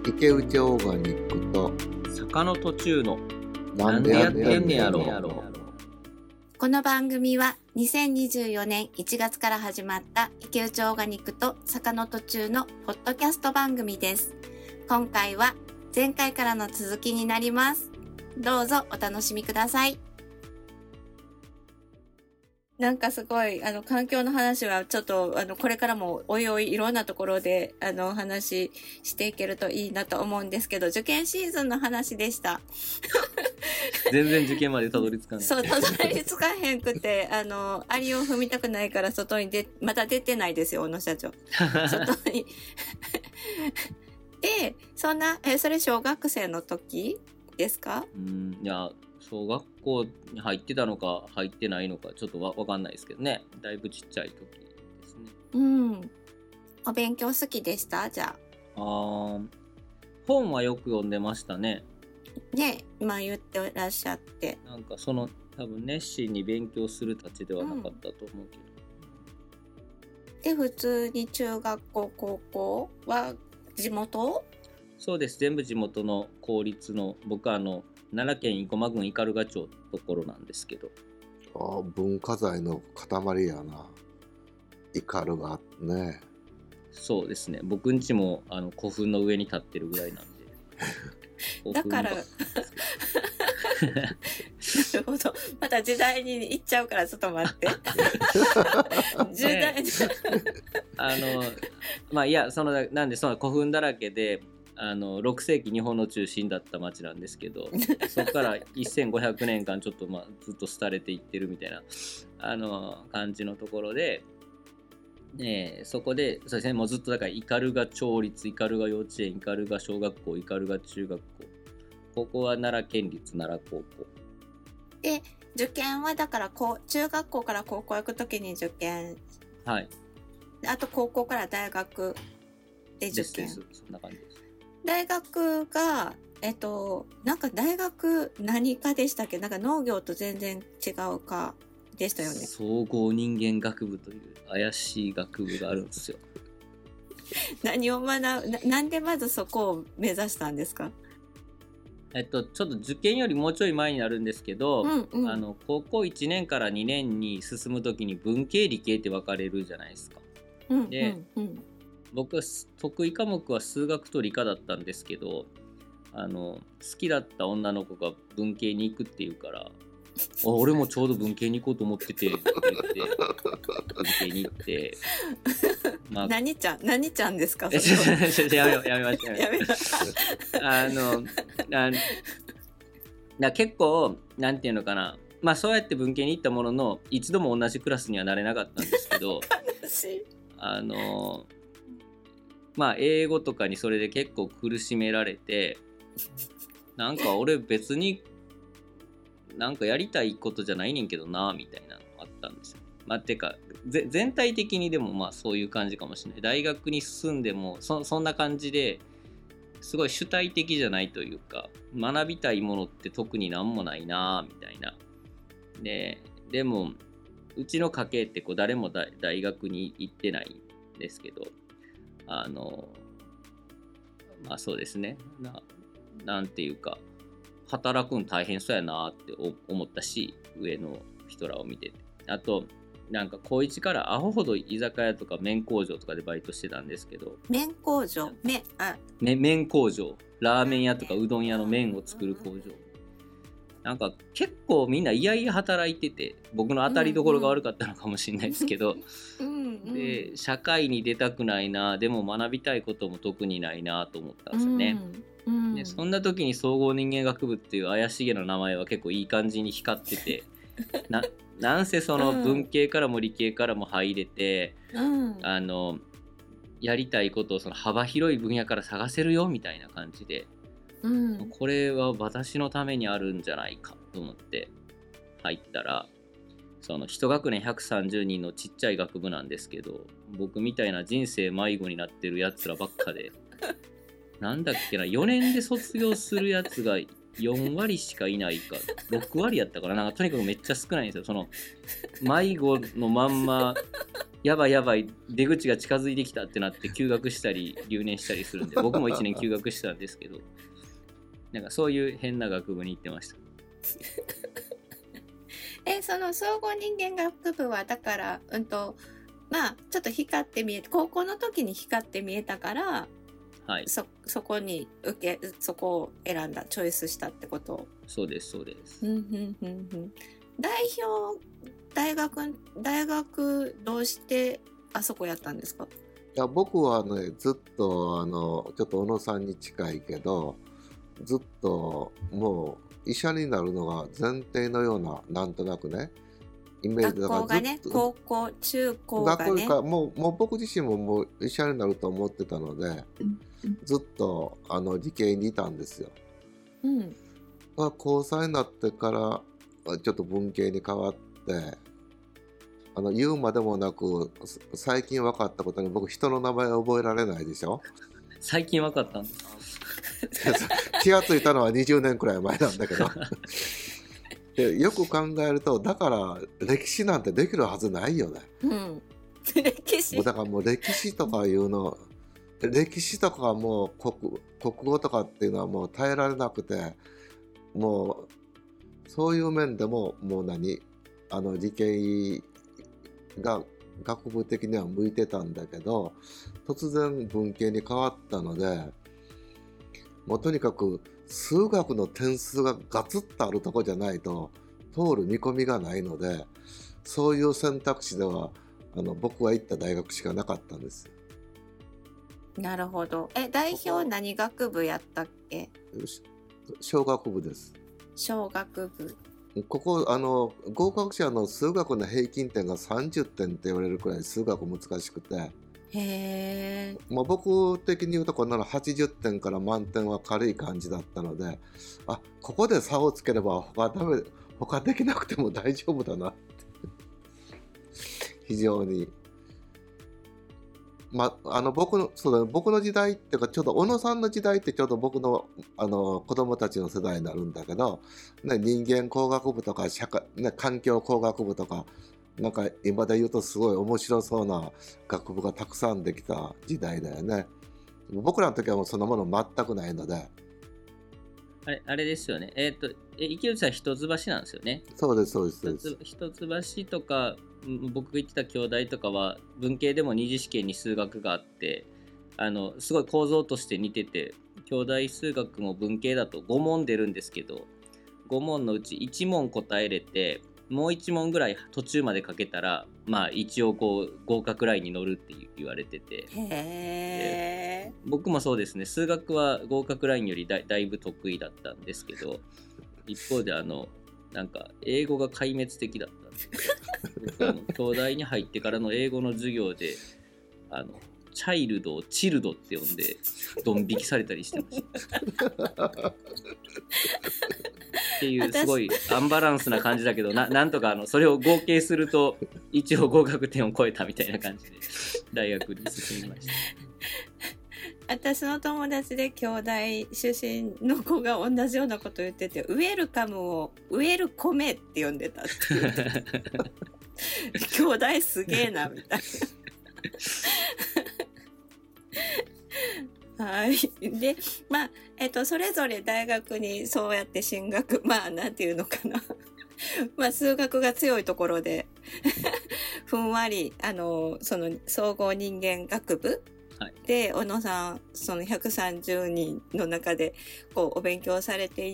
池内オーガニックと坂の途中のなんでやってんねやろ。 この番組は2024年1月から始まった池内オーガニックと坂の途中のポッドキャスト番組です。今回は前回からの続きになります。どうぞお楽しみください。なんかすごい環境の話はちょっとこれからもおいおいいろんなところでお話ししていけるといいなと思うんですけど、受験シーズンの話でした。 全然受験までたどり着かない。 そう、たどり着かへんくてアリを踏みたくないから外にまだ出てないですよ、小野社長。外にで、それ小学生の時ですか？ いや、小学校に入ってたのか入ってないのかちょっとわかんないですけどね。だいぶちっちゃい時ですね。 お勉強好きでした？じゃあ。 本はよく読んでましたね。 ね、今言ってらっしゃって。 なんか多分熱心に勉強するたちではなかったと思うけで、 ど。 普通に中学校、高校は地元？ そうです。全部地元の公立の、僕は奈良県生駒郡斑鳩町ところなんですけど。 文化財の塊やな。斑鳩ね。 そうですね。僕ん家も古墳の上に立ってるぐらいなんで。 だからなるほど。また時代に行っちゃうからちょっと待って。時代にまあいやなんで古墳だらけで6世紀日本の中心だった町なんですけど、そこから1500年間ちょっとずっと廃れていってるみたいな感じのところで、そこでそうですね、もうずっとだから斑鳩町立、斑鳩幼稚園、斑鳩小学校、斑鳩中学校、ここは奈良県立奈良高校で、受験はだから中学校から高校行くときに受験、 はい、 あと高校から大学で受験。 そんな感じです。 大学がなんか大学何科でしたっけ？なんか農業と全然違う科でしたよね。 総合人間学部という怪しい学部があるんですよ。 何をなんでまずそこを目指したんですか？ ちょっと受験よりもうちょい前になるんですけど、高校1年から2年に進むときに文系理系って分かれるじゃないですか。で、僕は得意科目は数学と理科だったんですけど、好きだった女の子が文系に行くっていうから俺もちょうど文系に行こうと思っててって言って文系に行って、 何ちゃんですか？ やめました結構なんていうのかな、そうやって文系に行ったものの一度も同じクラスにはなれなかったんですけど悲しい。 英語とかにそれで結構苦しめられて、なんか俺別になんかやりたいことじゃないねんけどなみたいなのがあったんですよ。てか全体的にでもそういう感じかもしれない。大学に進んでもそんな感じですごい主体的じゃないというか、学びたいものって特になんもないなみたいな。でもうちの家系って誰も大学に行ってないんですけど、そうですね、なんていうか働くの大変そうやなって思ったし、上の人らを見てて、あとなんか高1からアホほど居酒屋とか麺工場とかでバイトしてたんですけど、 麺工場、 麺工場、ラーメン屋とかうどん屋の麺を作る工場、なんか結構みんないやいや働いてて、僕の当たりどころが悪かったのかもしれないですけどで、社会に出たくないな、でも学びたいことも特にないなと思ったんですよね。でそんな時に総合人間学部っていう怪しげな名前は結構いい感じに光っててなんせ文系からも理系からも入れて、やりたいことを幅広い分野から探せるよみたいな感じで、これは私のためにあるんじゃないかと思って入ったら、一学年130人のちっちゃい学部なんですけど、僕みたいな人生迷子になってるやつらばっかでなんだっけな、4年で卒業するやつが4割しかいないか6割やったから、なんかとにかくめっちゃ少ないんですよ。迷子のまんまやばいやばい出口が近づいてきたってなって休学したり留年したりするんで、僕も1年休学したんですけど、なんかそういう変な学部に行ってました。 その総合人間学部はだからまあちょっと光って見えて、高校の時に光って見えたから、 はい、 そこにそこを選んだ、チョイスしたってこと。 そうですそうです。 大学どうしてあそこやったんですか？ いや、僕はね、ずっとちょっと小野さんに近いけど、ずっともう医者になるのが前提のような、なんとなくね、イメージだから、 学校がね、高校中高がね、 学校かもう僕自身ももう医者になると思ってたので、ずっと理系にいたんですよ。高3になってからちょっと文系に変わって、言うまでもなく最近分かったことに、僕人の名前覚えられないでしょ。 最近分かったんです気がついたのは20年くらい前なんだけどでよく考えると、だから歴史なんてできるはずないよね。 歴史だからもう歴史とかいうの、歴史とかもう国語とかっていうのはもう耐えられなくて、もうそういう面でももう理系が学部的には向いてたんだけど、突然文系に変わったので、もうとにかく数学の点数がガツッとあるとこじゃないと通る見込みがないので、そういう選択肢では僕が行った大学しかなかったんです。 なるほど。代表何学部やったっけ？ 小学部です。 小学部。 ここ合格者の数学の平均点が30点って言われるくらい数学難しくて、僕的に言うとこんなの80点から満点は軽い感じだったので、ここで差をつければ他できなくても大丈夫だなって非常に、僕の時代っていうか、ちょうど小野さんの時代ってちょうど僕の子供たちの世代になるんだけど、人間工学部とか環境工学部とか、なんか今で言うとすごい面白そうな学部がたくさんできた時代だよね。僕らの時はもうそんなもの全くないので。 あれですよね。池内さん一橋なんですよね。 そうですそうです。 一橋とか僕が行ってた京大とかは文系でも二次試験に数学があって、すごい構造として似てて、京大数学も文系だと5問出るんですけど、5問のうち1問答えれて、もう1問ぐらい途中までかけたら、まあ一応こう合格ラインに乗るって言われてて、僕もそうですね、数学は合格ラインよりだいぶ得意だったんですけど、一方でなんか英語が壊滅的だったんで東大に入ってからの英語の授業でチャイルドをチルドって呼んでドン引きされたりしてましたっていう、すごいアンバランスな感じだけど、なんとかそれを合計すると一応合格点を超えたみたいな感じで大学に進みました私の友達で京大出身の子が同じようなこと言ってて、ウェルカムをウェルコメって呼んでたって言って京大すげえなみたいなはい。で、それぞれ大学にそうやって進学、なんていうのかな数学が強いところでふんわりその総合人間学部で、小野さんその130人の中でこうお勉強されていって、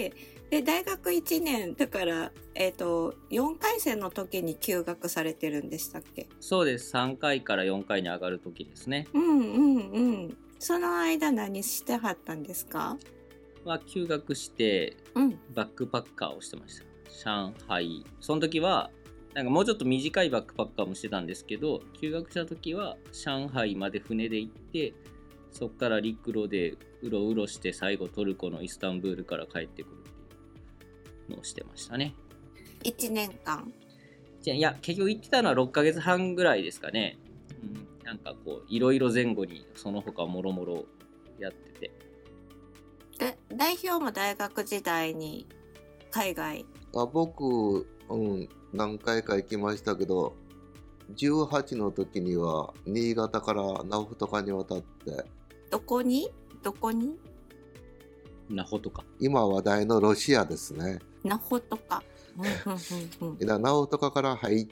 で大学1年だから4回生の時に休学されてるんでしたっけ？ そうです。3回から4回に上がる時ですね。 その間何してはったんですか？ 休学して、バックパッカーをしてました。上海。その時はなんかもうちょっと短いバックパッカーもしてたんですけど、休学した時は上海まで船で行って、そこから陸路でうろうろして最後トルコのイスタンブールから帰ってくるっていうのをしてましたね。 1年間？ いや、結局行ってたのは6ヶ月半ぐらいですかね。なんかこういろいろ前後にその他もろもろやってて。 代表も大学時代に海外？ 僕、何回か行きましたけど、 18の時には新潟からナフトカに渡って、 どこにナホとか。 今話題のロシアですね。 ナホとか。 ナフトカから入って、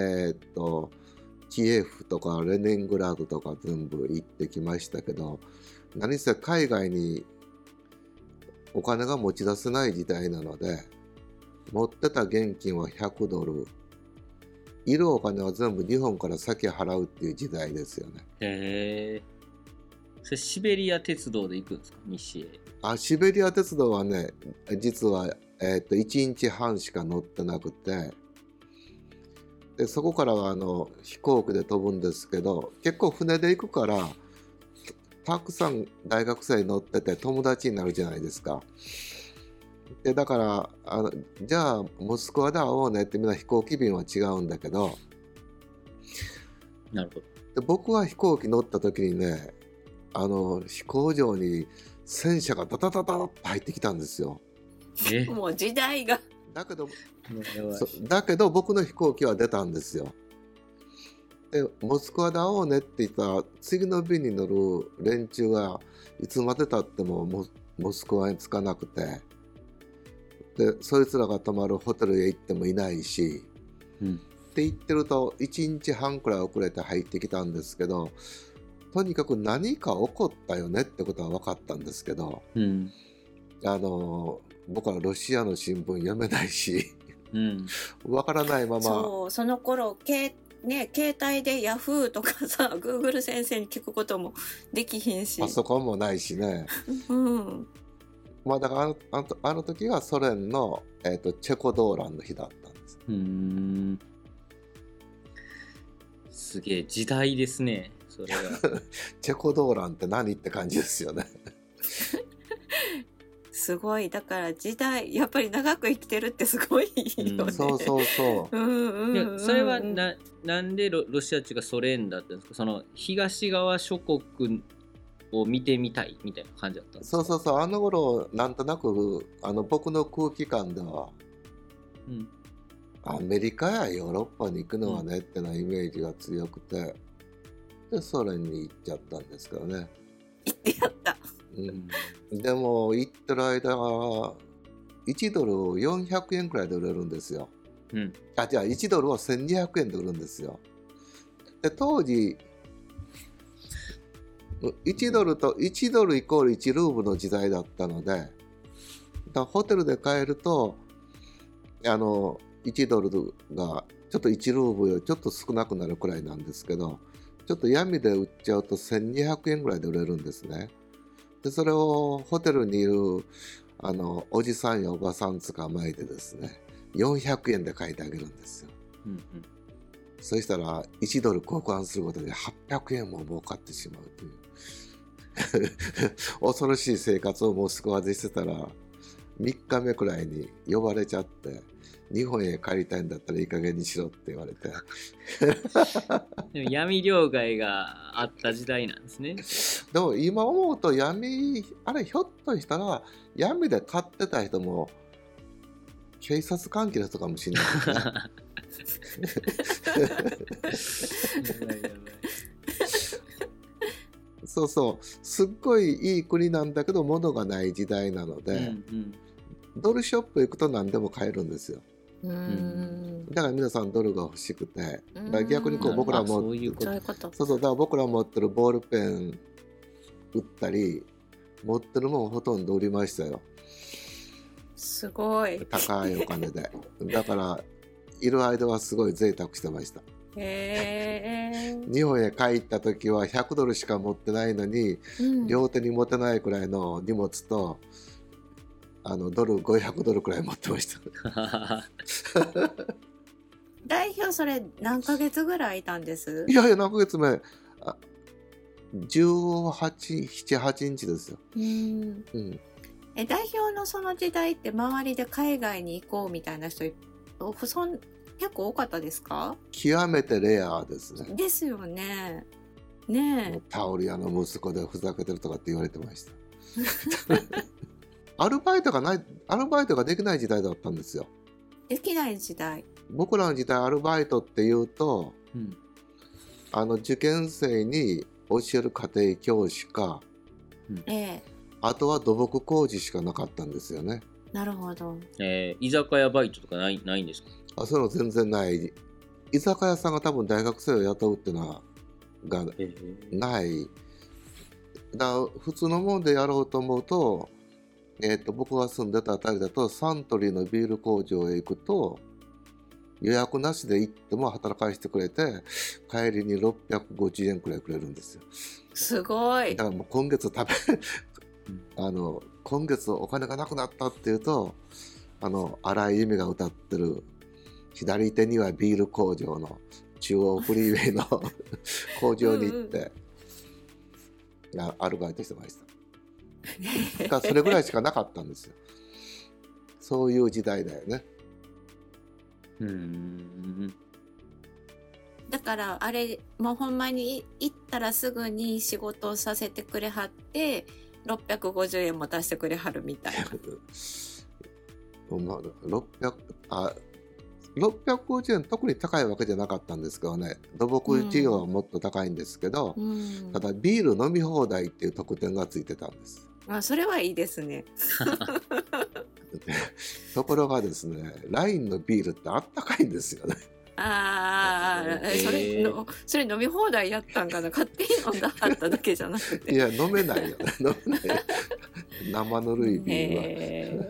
キエフとかレニングラードとか全部行ってきましたけど、何せ海外にお金が持ち出せない時代なので、持ってた現金は100ドル、いるお金は全部日本から先払うっていう時代ですよね。 へえ。それシベリア鉄道で行くんですか、西へ。 シベリア鉄道はね、実は、1日半しか乗ってなくて、でそこからは飛行機で飛ぶんですけど、結構船で行くからたくさん大学生乗ってて友達になるじゃないですか。でだからじゃあモスクワで会おうねって、みんな飛行機便は違うんだけど、 なるほど。 で僕は飛行機乗った時にね、飛行場に戦車がダダダダッと入ってきたんですよ。 もう時代が。 だけど僕の飛行機は出たんですよ。でモスクワで会おうねって言ったら、次の便に乗る連中がいつまでたってもモスクワに着かなくて、でそいつらが泊まるホテルへ行ってもいないし、って言ってると1日半くらい遅れて入ってきたんですけど、とにかく何か起こったよねってことは分かったんですけど、僕はロシアの新聞読めないし、分からないまま。 その頃携帯でヤフーとかさ、グーグル先生に聞くこともできひんし、 パソコンもないしね。まあだからあの時はソ連の、チェコ動乱の日だったんです。 すげえ時代ですね、それが。 チェコ動乱って何って感じですよね。 すごい。だから時代、やっぱり長く生きてるってすごいよね。 そうそうそう。 それはなんでロシアっていうかソ連だったんですか。その東側諸国を見てみたいみたいな感じだったんですか。 そう、あの頃なんとなく僕の空気感では、アメリカやヨーロッパに行くのはねってなイメージが強くて、でソ連に行っちゃったんですけどね。 行ってやった。 でも行ってる間は1ドル400円くらいで売れるんですよ。じゃあ1ドルを1200円で売るんですよ。で当時1ドルイコール1ルーブの時代だったので、ホテルで買えると1ドルがちょっと1ルーブよりちょっと少なくなるくらいなんですけど、ちょっと闇で売っちゃうと1200円ぐらいで売れるんですね。でそれをホテルにいるおじさんやおばさん捕まえてですね、400円で買いてあげるんですよ。そしたら1ドル交換することで800円も儲かってしまうという恐ろしい生活をモスクワでしてたら、3日目くらいに呼ばれちゃって、日本へ帰りたいんだったらいい加減にしろって言われてでも闇両替があった時代なんですね。 でも今思うとあれひょっとしたら闇で買ってた人も警察関係の人かもしれないですね。そうそう、すっごいいい国なんだけど物がない時代なので、ドルショップ行くと何でも買えるんですよ。だから皆さんドルが欲しくて、だから逆に僕らもだから僕ら持ってるボールペン売ったり、持ってるもんほとんど売りましたよ。 すごい高いお金で。だからいる間はすごい贅沢してました。日本へ帰った時は100ドルしか持ってないのに、両手に持てないくらいの荷物とドル500ドルくらい持ってました代表それ何ヶ月ぐらいいたんです？ いや何ヶ月目、7、8日ですよ。 代表のその時代って周りで海外に行こうみたいな人結構多かったですか？ 極めてレアですね。 ですよね。ねえ。 タオル屋の息子でふざけてるとかって言われてましたアルバイトができない時代だったんですよ。 できない時代。 僕らの時代アルバイトっていうとうん受験生に教える家庭教師か、 ええ、 あとは土木工事しかなかったんですよね。 なるほど。 居酒屋バイトとかないんですか？ そういうの全然ない。居酒屋さんが多分大学生を雇うっていうのはがない。だから普通のもんでやろうと思うと、僕が住んでたあたりだとサントリーのビール工場へ行くと予約なしで行っても働かせてくれて帰りに650円くらいくれるんですよ。 すごい。 だからもう今月今月お金がなくなったっていうと荒井由実が歌ってる左手にはビール工場の中央フリーウェイの工場に行ってアルバイトしてました。だからそれぐらいしかなかったんですよ。そういう時代だよね。 だからあれもうほんまに行ったらすぐに仕事をさせてくれはって650円も出してくれはるみたいな。 650円特に高いわけじゃなかったんですけどね。土木事業はもっと高いんですけど、ただビール飲み放題っていう特典がついてたんです。 それはいいですね。 ところがですね、ラインのビールってあったかいんですよね。 それ飲み放題やったんかな。勝手に飲んだはっただけじゃなくて。 いや飲めないよね。飲めない。生ぬるいビールは。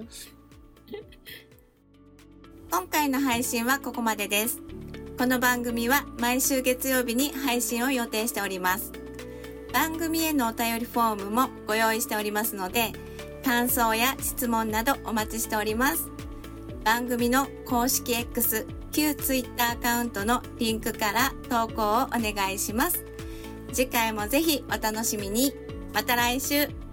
今回の配信はここまでです。この番組は毎週月曜日に配信を予定しております。番組へのお便りフォームもご用意しておりますので、感想や質問などお待ちしております。番組の公式 X、旧 Twitter アカウントのリンクから投稿をお願いします。次回もぜひお楽しみに。また来週。